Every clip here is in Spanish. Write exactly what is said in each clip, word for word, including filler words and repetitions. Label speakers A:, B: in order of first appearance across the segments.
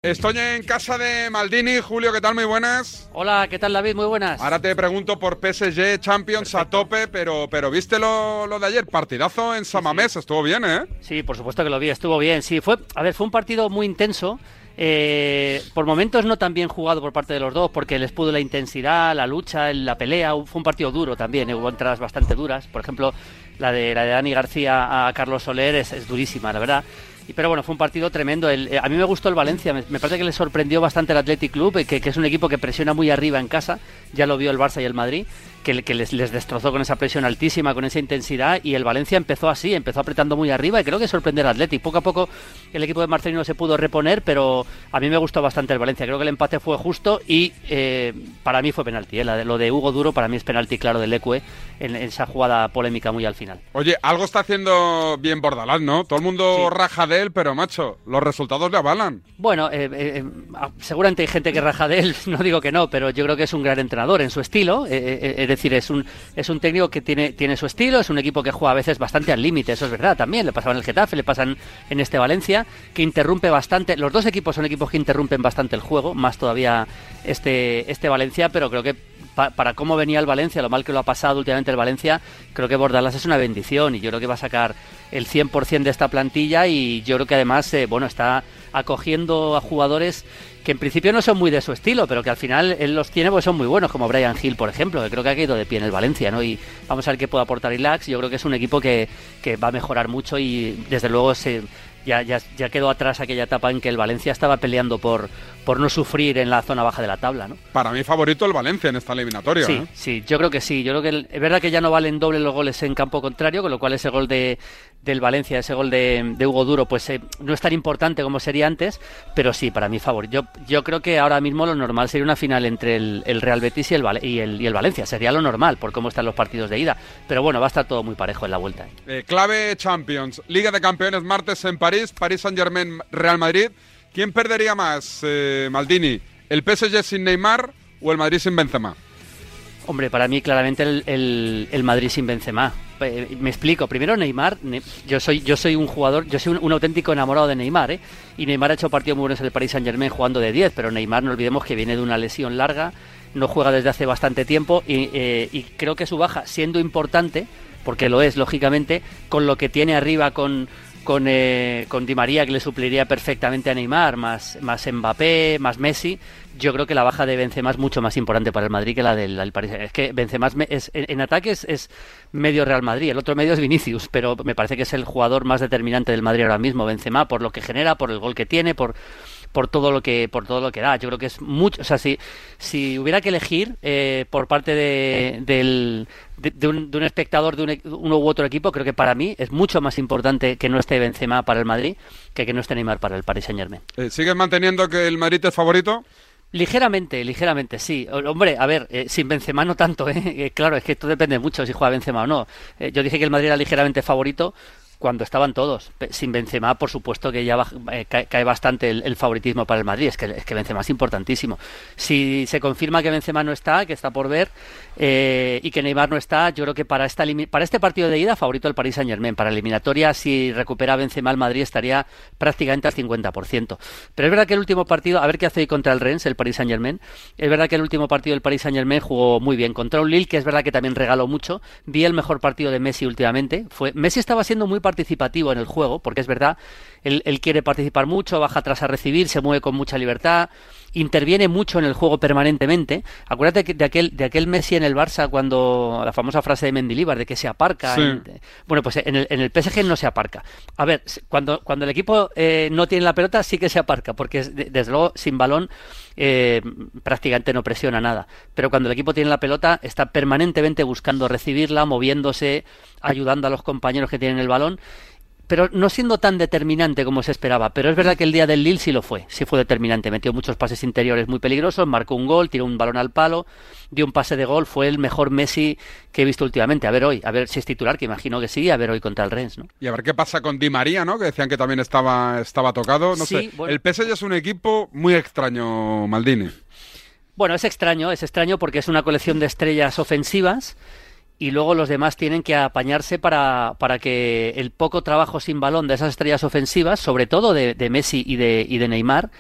A: Estoy en casa de Maldini. Julio, ¿qué tal? Muy buenas.
B: Hola, ¿qué tal, David? Muy buenas.
A: Ahora te pregunto por P S G Champions. Perfecto. A tope, pero, pero ¿viste lo, lo de ayer? Partidazo en San Mamés, sí, sí. Estuvo bien, ¿eh?
B: Sí, por supuesto que lo vi, estuvo bien. Sí, fue, a ver, fue un partido muy intenso. Eh, por momentos no tan bien jugado por parte de los dos, porque les pudo la intensidad, la lucha, la pelea. Fue un partido duro también, ¿eh? Hubo entradas bastante duras. Por ejemplo, la de, la de Dani García a Carlos Soler es, es durísima, la verdad. Pero bueno, fue un partido tremendo. El, eh, a mí me gustó el Valencia, me, me parece que le sorprendió bastante el Athletic Club, eh, que, que es un equipo que presiona muy arriba en casa, ya lo vio el Barça y el Madrid, que, que les, les destrozó con esa presión altísima, con esa intensidad, y el Valencia empezó así, empezó apretando muy arriba, y creo que sorprendió al Athletic. Poco a poco el equipo de Marcelino se pudo reponer, pero a mí me gustó bastante el Valencia. Creo que el empate fue justo y eh, para mí fue penalti, eh. La de, lo de Hugo Duro para mí es penalti claro del Lecue en, en esa jugada polémica muy al final.
A: Oye, algo está haciendo bien Bordalás, ¿no? Todo el mundo sí. raja de él, pero macho, los resultados le avalan.
B: Bueno, eh, eh, seguramente hay gente que raja de él, no digo que no, pero yo creo que es un gran entrenador en su estilo, eh, eh, es decir, es un es un técnico que tiene tiene su estilo, es un equipo que juega a veces bastante al límite, eso es verdad también, le pasaba en el Getafe, le pasan en este Valencia, que interrumpe bastante, los dos equipos son equipos que interrumpen bastante el juego, más todavía este, este Valencia, pero creo que pa, para cómo venía el Valencia, lo mal que lo ha pasado últimamente el Valencia, creo que Bordalás es una bendición y yo creo que va a sacar el cien por ciento de esta plantilla y yo creo que además, eh, bueno, está acogiendo a jugadores que en principio no son muy de su estilo, pero que al final él los tiene porque son muy buenos, como Bryan Gil, por ejemplo, que creo que ha caído de pie en el Valencia, ¿no? Y vamos a ver qué puede aportar Ilax. Yo creo que es un equipo que, que va a mejorar mucho y desde luego se, ya, ya, ya quedó atrás aquella etapa en que el Valencia estaba peleando por, por no sufrir en la zona baja de la tabla, ¿no?
A: Para mí favorito el Valencia en esta eliminatoria.
B: Sí,
A: ¿eh?
B: sí, yo creo que sí. Yo creo que el, es verdad que ya no valen doble los goles en campo contrario, con lo cual ese gol de del Valencia, ese gol de, de Hugo Duro, pues eh, no es tan importante como sería antes, pero sí, para mí favorito. Yo, yo creo que ahora mismo lo normal sería una final entre el, el Real Betis y el, y, el, y el Valencia, sería lo normal por cómo están los partidos de ida, pero bueno, va a estar todo muy parejo en la vuelta.
A: Eh, clave Champions, Liga de Campeones martes en París, París Saint-Germain, Real Madrid. ¿Quién perdería más, eh, Maldini? ¿El P S G sin Neymar o el Madrid sin Benzema?
B: Hombre, para mí claramente el, el, el Madrid sin Benzema. Me explico. Primero Neymar, yo soy yo soy un jugador, yo soy un, un auténtico enamorado de Neymar, ¿eh? Y Neymar ha hecho partidos muy buenos en el Paris Saint-Germain jugando de diez, pero Neymar no olvidemos que viene de una lesión larga, no juega desde hace bastante tiempo y, eh, y creo que su baja, siendo importante, porque lo es lógicamente, con lo que tiene arriba con con eh, con Di María, que le supliría perfectamente a Neymar, más más Mbappé, más Messi, yo creo que la baja de Benzema es mucho más importante para el Madrid que la del, del París. Es que Benzema es, es, en ataques es medio Real Madrid, el otro medio es Vinicius, pero me parece que es el jugador más determinante del Madrid ahora mismo, Benzema, por lo que genera, por el gol que tiene, por por todo lo que por todo lo que da. Yo creo que es mucho, o sea, si si hubiera que elegir eh, por parte de del de, de, un, de un espectador de un, uno u otro equipo, creo que para mí es mucho más importante que no esté Benzema para el Madrid que que no esté Neymar para el Paris Saint-Germain.
A: Eh, ¿Sigues manteniendo que el Madrid es favorito?
B: Ligeramente, ligeramente, sí. Hombre, a ver, eh, sin Benzema no tanto, ¿eh? Eh, claro, es que esto depende mucho si juega Benzema o no. Eh, yo dije que el Madrid era ligeramente favorito cuando estaban todos. Sin Benzema, por supuesto que ya va, eh, cae, cae bastante el, el favoritismo para el Madrid. Es que, es que Benzema es importantísimo. Si se confirma que Benzema no está, que está por ver, eh, y que Neymar no está, yo creo que para esta para este partido de ida, favorito el Paris Saint-Germain. Para la eliminatoria, si recupera Benzema, el Madrid estaría prácticamente al cincuenta por ciento. Pero es verdad que el último partido, a ver qué hace hoy contra el Rennes, el Paris Saint-Germain, es verdad que el último partido del Paris Saint-Germain jugó muy bien contra un Lille, que es verdad que también regaló mucho. Vi el mejor partido de Messi últimamente. Fue Messi estaba siendo muy participativo en el juego, porque es verdad, él, él quiere participar mucho, baja atrás a recibir, se mueve con mucha libertad, interviene mucho en el juego permanentemente. Acuérdate que de aquel de aquel Messi en el Barça, cuando la famosa frase de Mendilibar de que se aparca.
A: Sí.
B: En, bueno, pues en el, en el P S G no se aparca. A ver, cuando cuando el equipo eh, no tiene la pelota sí que se aparca, porque es, desde luego sin balón eh, prácticamente no presiona nada. Pero cuando el equipo tiene la pelota está permanentemente buscando recibirla, moviéndose, ayudando a los compañeros que tienen el balón, pero no siendo tan determinante como se esperaba. Pero es verdad que el día del Lille sí lo fue, sí fue determinante, metió muchos pases interiores muy peligrosos, marcó un gol, tiró un balón al palo, dio un pase de gol, fue el mejor Messi que he visto últimamente. A ver hoy, a ver si es titular, que imagino que sí, a ver hoy contra el Rennes, ¿no?
A: Y a ver qué pasa con Di María, ¿no? Que decían que también estaba, estaba tocado, no
B: sí,
A: sé.
B: Bueno.
A: El P S G es un equipo muy extraño, Maldini.
B: Bueno, es extraño, es extraño porque es una colección de estrellas ofensivas y luego los demás tienen que apañarse para, para que el poco trabajo sin balón de esas estrellas ofensivas, sobre todo de, de Messi y de, y de Neymar,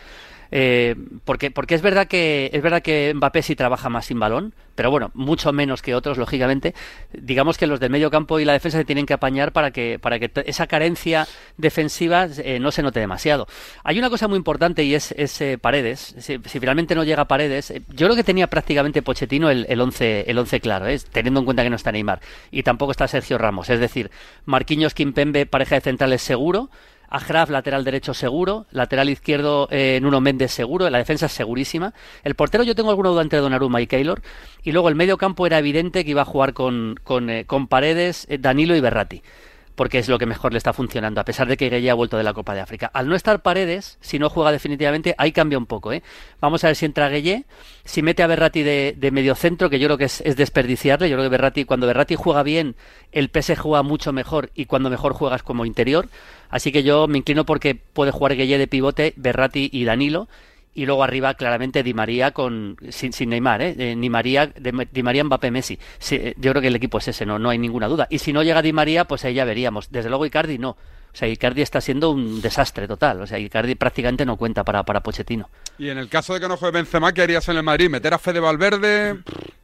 B: Eh, porque, porque es verdad que es verdad que Mbappé sí trabaja más sin balón, pero bueno, mucho menos que otros, lógicamente. Digamos que los del medio campo y la defensa se tienen que apañar para que, para que t- esa carencia defensiva eh, no se note demasiado. Hay una cosa muy importante y es, es eh, Paredes. Si, si finalmente no llega Paredes, eh, yo creo que tenía prácticamente Pochettino el, el once el once claro, eh, teniendo en cuenta que no está Neymar y tampoco está Sergio Ramos. Es decir, Marquinhos, Kimpembe, pareja de centrales seguro. Achraf, lateral derecho seguro, lateral izquierdo eh, Nuno Méndez seguro, la defensa es segurísima. El portero yo tengo alguna duda entre Donnarumma y Keylor, y luego el medio campo era evidente que iba a jugar con, con, eh, con Paredes, eh, Danilo y Verratti, porque es lo que mejor le está funcionando, a pesar de que Gueye ha vuelto de la Copa de África. Al no estar Paredes, si no juega definitivamente, ahí cambia un poco, ¿eh? Vamos a ver si entra Gueye, si mete a Verratti de, de medio centro, que yo creo que es, es desperdiciarle. Yo creo que Verratti, cuando Verratti juega bien, el P S G juega mucho mejor, y cuando mejor juegas como interior. Así que yo me inclino porque puede jugar Gueye de pivote, Verratti y Danilo, y luego arriba claramente Di María con sin, sin Neymar, ¿eh? Eh, Di María, de, Di María, Mbappé, Messi. Sí, eh, yo creo que el equipo es ese, no, no hay ninguna duda. Y si no llega Di María, pues ahí ya veríamos. Desde luego Icardi no. O sea, Icardi está siendo un desastre total. O sea, Icardi prácticamente no cuenta para, para Pochettino.
A: Y en el caso de que no juegue Benzema, ¿qué harías en el Madrid? ¿Meter a Fede Valverde?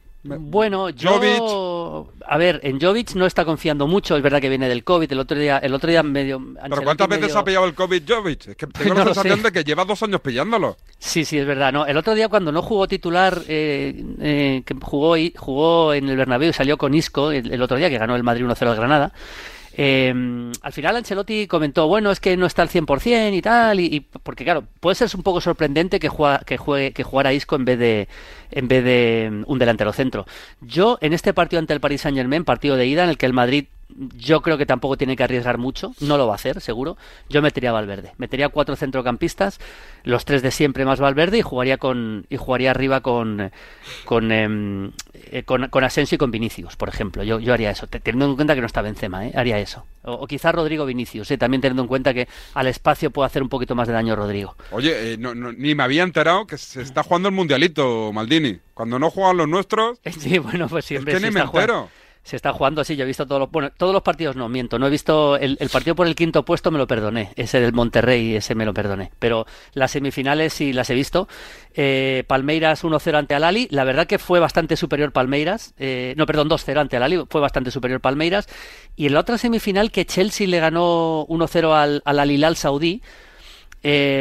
B: Bueno, yo,
A: Jovic.
B: a ver, en Jovic no está confiando mucho, es verdad que viene del COVID, el otro día, el otro día medio... Ancelotti
A: ¿Pero cuántas veces
B: medio...
A: ha pillado el COVID Jovic? Es que tengo
B: No
A: la
B: lo
A: sensación
B: sé.
A: de que lleva dos años pillándolo.
B: Sí, sí, es verdad, no. El otro día cuando no jugó titular, eh, eh, que jugó, y- jugó en el Bernabéu y salió con Isco, el, el otro día que ganó el Madrid uno cero al Granada. Eh, al final Ancelotti comentó, bueno, es que no está al cien por ciento y tal, y, y- porque claro, puede ser un poco sorprendente que juega, que juegue, que jugara Isco en vez de en vez de mm, un delantero centro. Yo en este partido ante el Paris Saint-Germain, partido de ida en el que el Madrid yo creo que tampoco tiene que arriesgar mucho, no lo va a hacer, seguro. Yo metería a Valverde, metería cuatro centrocampistas, los tres de siempre más Valverde, y jugaría con y jugaría arriba con con em, eh, con, con Asensio y con Vinicius, por ejemplo. Yo yo haría eso, te- teniendo en cuenta que no está Benzema, ¿eh? Haría eso. O, o quizás Rodrigo Vinicius, ¿eh? También teniendo en cuenta que al espacio puede hacer un poquito más de daño Rodrigo.
A: Oye, eh, no- no- ni me había enterado que se está jugando el Mundialito, Maldini. Cuando no juegan los nuestros,
B: Sí, bueno, pues siempre
A: es que
B: se
A: ni me
B: está jugando.
A: entero.
B: Se está jugando, sí, yo he visto todos los, bueno, todos los partidos, no, miento, no he visto el, el partido por el quinto puesto, me lo perdoné, ese del Monterrey, ese me lo perdoné, pero las semifinales sí las he visto. eh, Palmeiras uno cero ante Al-Ahly, la verdad que fue bastante superior Palmeiras, eh, no, perdón, dos cero ante Al-Ahly, fue bastante superior Palmeiras, y en la otra semifinal que Chelsea le ganó uno cero al, al Al-Hilal saudí. Eh,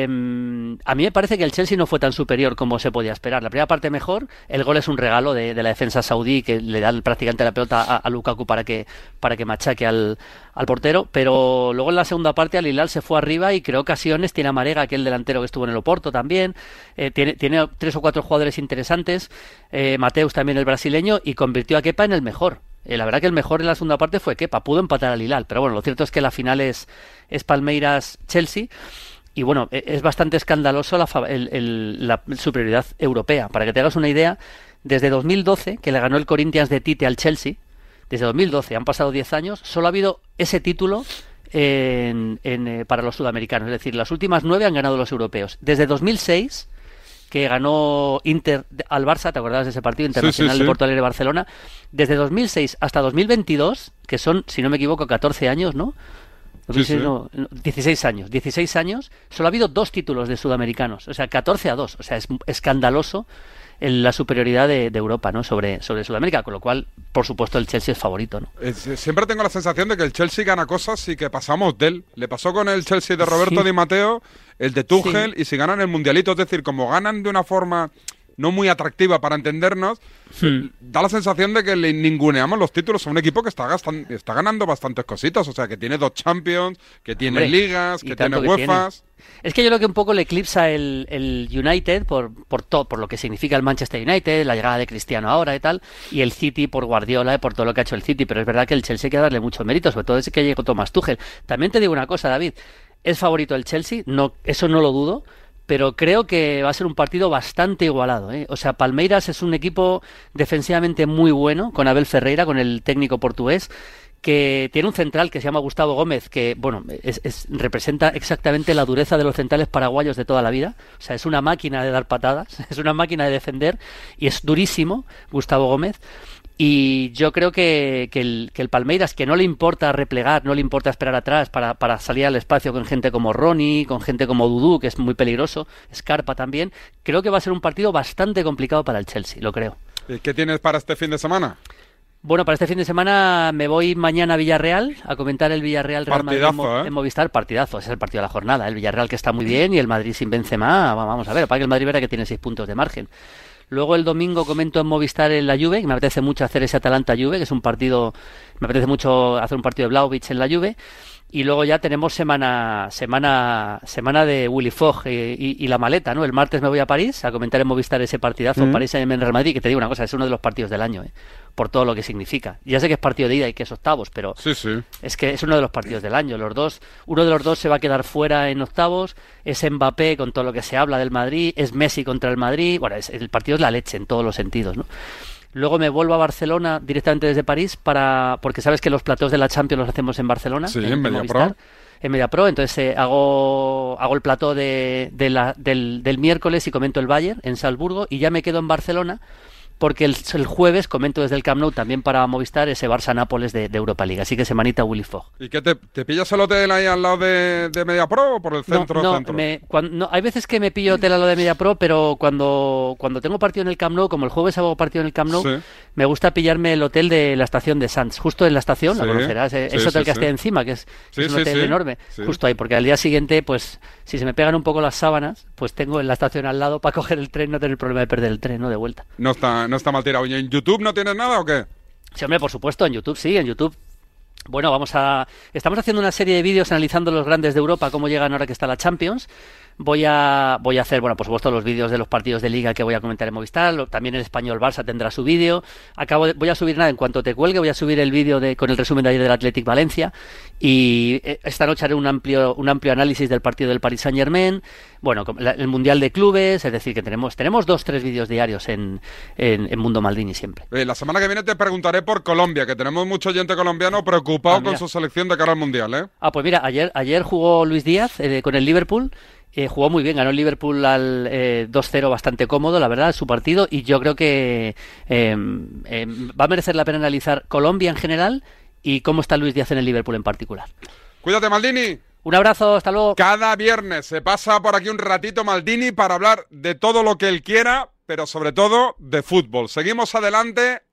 B: a mí me parece que el Chelsea no fue tan superior como se podía esperar. La primera parte mejor, el gol es un regalo de, de la defensa saudí que le da prácticamente la pelota a, a Lukaku para que para que machaque al, al portero, pero luego en la segunda parte Al Hilal se fue arriba y creó ocasiones. Tiene a Marega, aquel delantero que estuvo en el Oporto también, eh, tiene, tiene tres o cuatro jugadores interesantes, eh, Mateus también el brasileño, y convirtió a Kepa en el mejor. Eh, la verdad que el mejor en la segunda parte fue Kepa, pudo empatar al Hilal, pero bueno, lo cierto es que la final es, es Palmeiras-Chelsea. Y bueno, e- es bastante escandaloso la, fa- el- el- la superioridad europea. Para que te hagas una idea, desde dos mil doce, que le ganó el Corinthians de Tite al Chelsea, desde dos mil doce, han pasado diez años, solo ha habido ese título en- en, eh, para los sudamericanos. Es decir, las últimas nueve han ganado los europeos. Desde dos mil seis, que ganó Inter al Barça, ¿te acordabas de ese partido internacional
A: sí, sí.
B: de Porto Alegre Barcelona? Desde dos mil seis hasta dos mil veintidós, que son, si no me equivoco, catorce años, ¿no?
A: Sí, sí.
B: No, no, dieciséis años, dieciséis años, solo ha habido dos títulos de sudamericanos, o sea, catorce a dos, o sea, es escandaloso el- la superioridad de, de Europa, ¿no? sobre, sobre Sudamérica, con lo cual, por supuesto, el Chelsea es favorito, ¿no?
A: Es- eh, siempre tengo la sensación de que el Chelsea gana cosas y que pasamos de él. Le pasó con el Chelsea de Roberto
B: Sí.
A: Di Matteo, el de Tuchel,
B: Sí.
A: y si ganan el Mundialito, es decir, como ganan de una forma no muy atractiva para entendernos,
B: Hmm.
A: da la sensación de que le ninguneamos los títulos a un equipo que está, gastan- está ganando bastantes cositas. O sea, que tiene dos Champions, que tiene
B: Hombre,
A: ligas,
B: y
A: que tiene
B: tanto que
A: UEFAs.
B: Es que yo creo que un poco le eclipsa el, el United por, por todo, por lo que significa el Manchester United, la llegada de Cristiano ahora y tal, y el City por Guardiola y por todo lo que ha hecho el City, pero es verdad que el Chelsea hay que darle mucho mérito, sobre todo desde que llegó Thomas Tuchel. También te digo una cosa, David, es favorito el Chelsea, no, eso no lo dudo, pero creo que va a ser un partido bastante igualado, ¿eh? O sea, Palmeiras es un equipo defensivamente muy bueno, con Abel Ferreira, con el técnico portugués, que tiene un central que se llama Gustavo Gómez, que bueno es, es, representa exactamente la dureza de los centrales paraguayos de toda la vida. O sea, es una máquina de dar patadas, es una máquina de defender y es durísimo Gustavo Gómez. Y yo creo que, que, el, que el Palmeiras, que no le importa replegar, no le importa esperar atrás para, para salir al espacio con gente como Ronnie, con gente como Dudú, que es muy peligroso, Scarpa también, creo que va a ser un partido bastante complicado para el Chelsea, lo creo.
A: ¿Y qué tienes para este fin de semana?
B: Bueno, para este fin de semana me voy mañana a Villarreal a comentar el Villarreal Real Madrid en,
A: ¿eh?
B: en Movistar. Partidazo, ese es el partido de la jornada. El Villarreal que está muy bien y el Madrid sin Benzema. Vamos a ver, para que el Madrid verá que tiene seis puntos de margen. Luego el domingo comento en Movistar en la Juve, que me apetece mucho hacer ese Atalanta-Juve, que es un partido, me apetece mucho hacer un partido de Vlahovic en la Juve. Y luego ya tenemos semana semana semana de Willy Fogg y, y, y la maleta, ¿no? El martes me voy a París a comentar en Movistar ese partidazo, mm. París en Real Madrid, que te digo una cosa, es uno de los partidos del año, ¿eh? Por todo lo que significa. Ya sé que es partido de ida y que es octavos, pero
A: sí, sí.
B: es que es uno de los partidos del año. Los dos, uno de los dos se va a quedar fuera en octavos, es Mbappé con todo lo que se habla del Madrid, es Messi contra el Madrid, bueno, es, el partido es la leche en todos los sentidos, ¿no? Luego me vuelvo a Barcelona directamente desde París para porque sabes que los platos de la Champions los hacemos en Barcelona.
A: Sí,
B: en,
A: en MediaPro.
B: En MediaPro, entonces eh, hago hago el plató de, de la, del, del miércoles y comento el Bayern en Salzburgo y ya me quedo en Barcelona porque el, el jueves comento desde el Camp Nou también para Movistar ese Barça-Nápoles de, de Europa League, así que semanita Willy Fogg.
A: ¿Y qué te, te pillas el hotel ahí al lado de, de MediaPro o por el centro?
B: No, no,
A: centro?
B: Me, cuando, no, hay veces que me pillo hotel a lo de MediaPro, pero cuando, cuando tengo partido en el Camp Nou, como el jueves hago partido en el Camp Nou, sí. Me gusta pillarme el hotel de la estación de Sants, justo en la estación, sí, la conocerás, eh, sí, ese hotel sí, que está sí. encima, que es, sí, es un hotel sí, enorme, sí. Justo ahí, porque al día siguiente, pues, si se me pegan un poco las sábanas, pues tengo en la estación al lado para coger el tren, no tener problema de perder el tren, ¿no? De vuelta.
A: No está, no está mal tirado. ¿Y en YouTube no tienes nada o qué?
B: Sí, hombre, por supuesto, en YouTube sí, en YouTube. Bueno, vamos a... Estamos haciendo una serie de vídeos analizando los grandes de Europa, cómo llegan ahora que está la Champions. Voy a voy a hacer, bueno, por supuesto, los vídeos de los partidos de Liga que voy a comentar en Movistar. Lo, también el Español Barça tendrá su vídeo. Acabo de, voy a subir nada, en cuanto te cuelgue, voy a subir el vídeo de con el resumen de ayer del Athletic Valencia. Y esta noche haré un amplio un amplio análisis del partido del Paris Saint-Germain. Bueno, la, el Mundial de Clubes, es decir, que tenemos tenemos dos, tres vídeos diarios en, en, en Mundo Maldini siempre.
A: Eh, la semana que viene te preguntaré por Colombia, que tenemos mucho oyente colombiano preocupado ah, con su selección de cara al Mundial, ¿eh?
B: Ah, pues mira, ayer, ayer jugó Luis Díaz eh, con el Liverpool. Eh, jugó muy bien, ganó el Liverpool al eh, dos cero bastante cómodo, la verdad, su partido, y yo creo que eh, eh, va a merecer la pena analizar Colombia en general y cómo está Luis Díaz en el Liverpool en particular.
A: Cuídate, Maldini.
B: Un abrazo, hasta luego.
A: Cada viernes se pasa por aquí un ratito Maldini para hablar de todo lo que él quiera, pero sobre todo de fútbol. Seguimos adelante